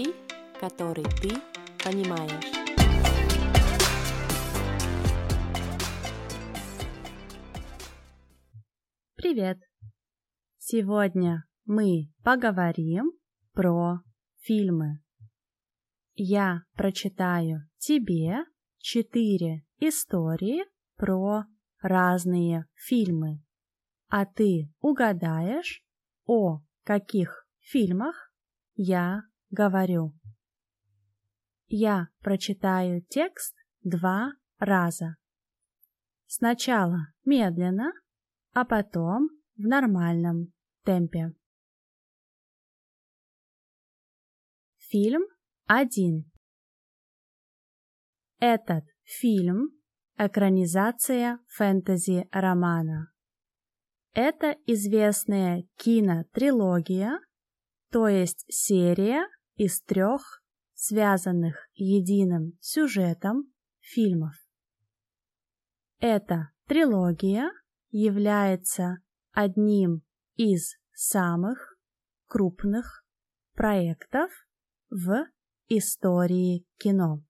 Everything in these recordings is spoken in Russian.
английский, который ты понимаешь. Привет! Сегодня мы поговорим про фильмы. Я прочитаю тебе 4 истории про разные фильмы, а ты угадаешь, о каких фильмах я говорю. Я прочитаю текст 2 раза. Сначала медленно, а потом в нормальном темпе. Фильм 1. Этот фильм – экранизация фэнтези-романа. Это известная кинотрилогия, то есть серия из 3 связанных единым сюжетом фильмов. Эта трилогия является одним из самых крупных проектов в истории кино.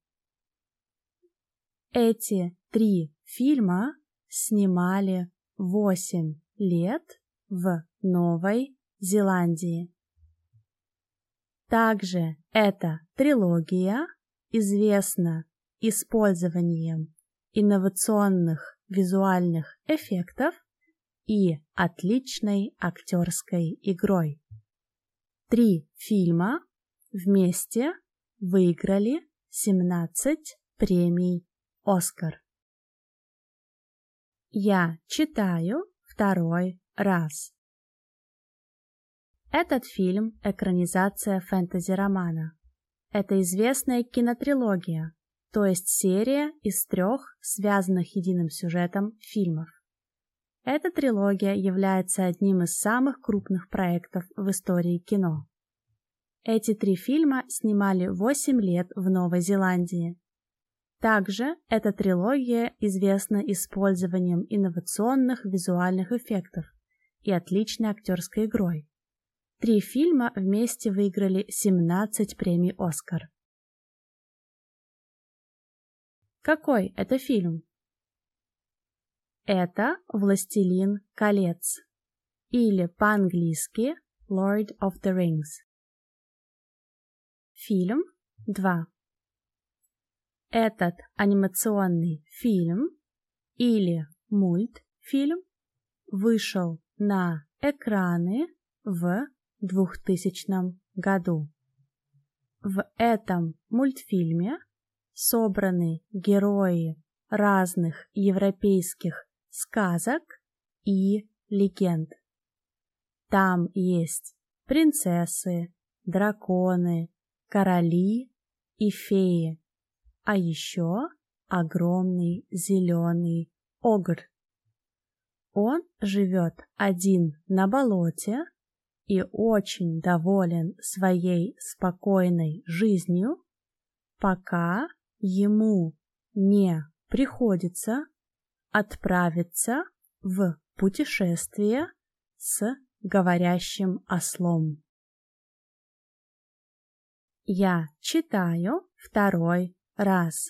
Эти 3 фильма снимали 8 лет в Новой Зеландии. Также эта трилогия известна использованием инновационных визуальных эффектов и отличной актерской игрой. 3 фильма вместе выиграли 17 премий «Оскар». Я читаю 2 раз. Этот фильм – экранизация фэнтези-романа. Это известная кинотрилогия, то есть серия из 3 связанных единым сюжетом фильмов. Эта трилогия является одним из самых крупных проектов в истории кино. Эти 3 фильма снимали 8 лет в Новой Зеландии. Также эта трилогия известна использованием инновационных визуальных эффектов и отличной актерской игрой. 3 фильма вместе выиграли 17 премий «Оскар». Какой это фильм? Это «Властелин колец» или по-английски Lord of the Rings. Фильм 2. Этот анимационный фильм или мультфильм вышел на экраны в 2000 году. В этом мультфильме собраны герои разных европейских сказок и легенд. Там есть принцессы, драконы, короли и феи, а еще огромный зеленый огр. Он живет один на болоте и очень доволен своей спокойной жизнью, пока ему не приходится отправиться в путешествие с говорящим ослом. Я читаю 2 раз.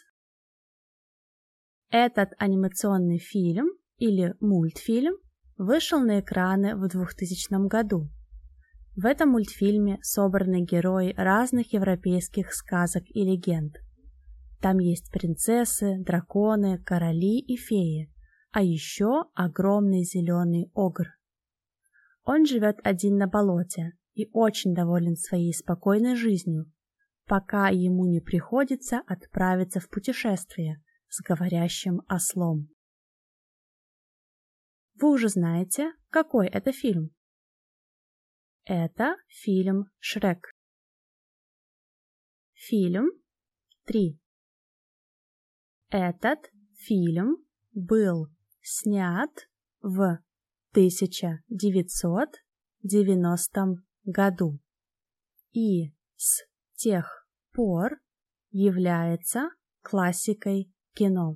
Этот анимационный фильм или мультфильм вышел на экраны в 2000 году. В этом мультфильме собраны герои разных европейских сказок и легенд. Там есть принцессы, драконы, короли и феи, а еще огромный зеленый огр. Он живет один на болоте и очень доволен своей спокойной жизнью, пока ему не приходится отправиться в путешествие с говорящим ослом. Вы уже знаете, какой это фильм? Это фильм «Шрек». Фильм 3. Этот фильм был снят в 1990 году и с тех пор является классикой кино.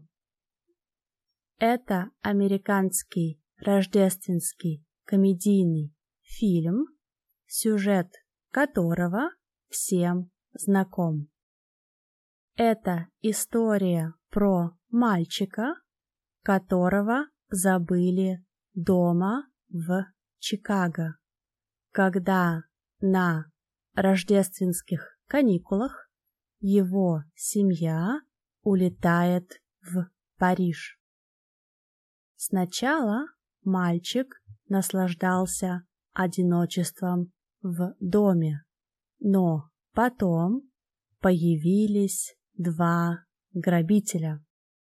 Это американский рождественский комедийный фильм, сюжет которого всем знаком. Это история про мальчика, которого забыли дома в Чикаго, когда на рождественских каникулах его семья улетает в Париж. Сначала мальчик наслаждался одиночеством в доме, но потом появились два грабителя.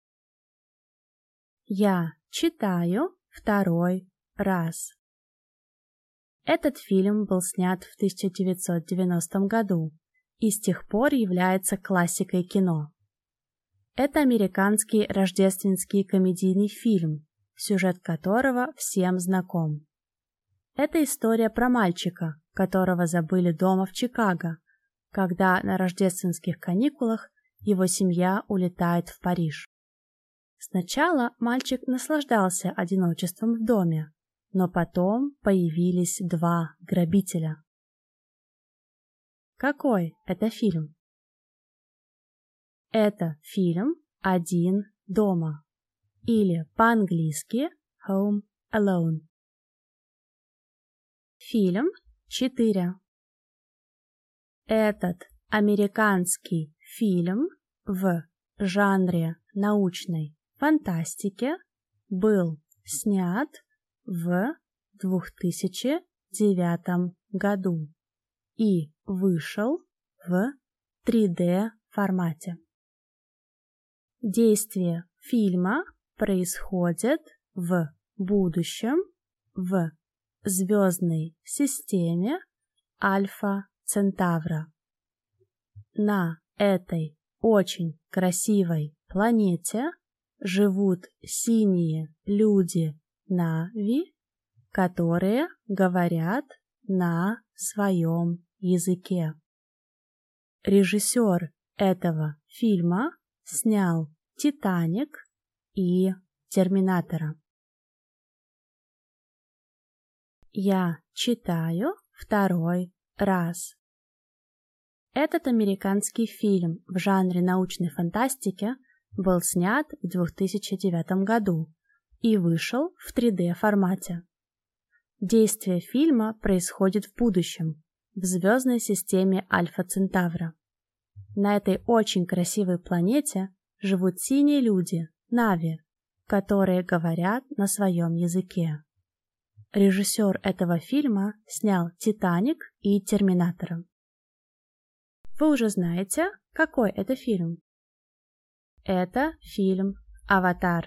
Я читаю второй раз. Этот фильм был снят в 1990 году и с тех пор является классикой кино. Это американский рождественский комедийный фильм, сюжет которого всем знаком. Это история про мальчика, которого забыли дома в Чикаго, когда на рождественских каникулах его семья улетает в Париж. Сначала мальчик наслаждался одиночеством в доме, но потом появились два грабителя. Какой это фильм? Это фильм «Один дома» или по-английски «Home Alone». Фильм 4. Этот американский фильм в жанре научной фантастики был снят в 2009 году и вышел в 3D формате. Действие фильма происходит в будущем в звездной системе Альфа Центавра. На этой очень красивой планете живут синие люди Нави, которые говорят на своем языке. Режиссер этого фильма снял «Титаник» и «Терминатора». Я читаю второй раз. Этот американский фильм в жанре научной фантастики был снят в 2009 году и вышел в 3D формате. Действие фильма происходит в будущем, в звездной системе Альфа Центавра. На этой очень красивой планете живут синие люди, Нави, которые говорят на своем языке. Режиссер этого фильма снял «Титаник» и «Терминатора». Вы уже знаете, какой это фильм? Это фильм «Аватар».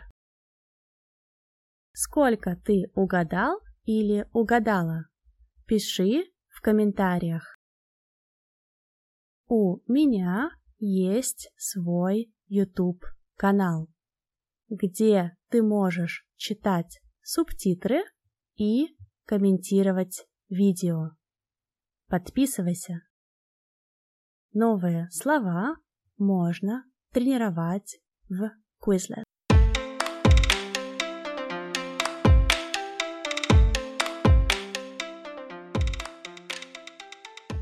Сколько ты угадал или угадала? Пиши в комментариях. У меня есть свой YouTube-канал, где ты можешь читать субтитры и комментировать видео. Подписывайся. Новые слова можно тренировать в Quizlet.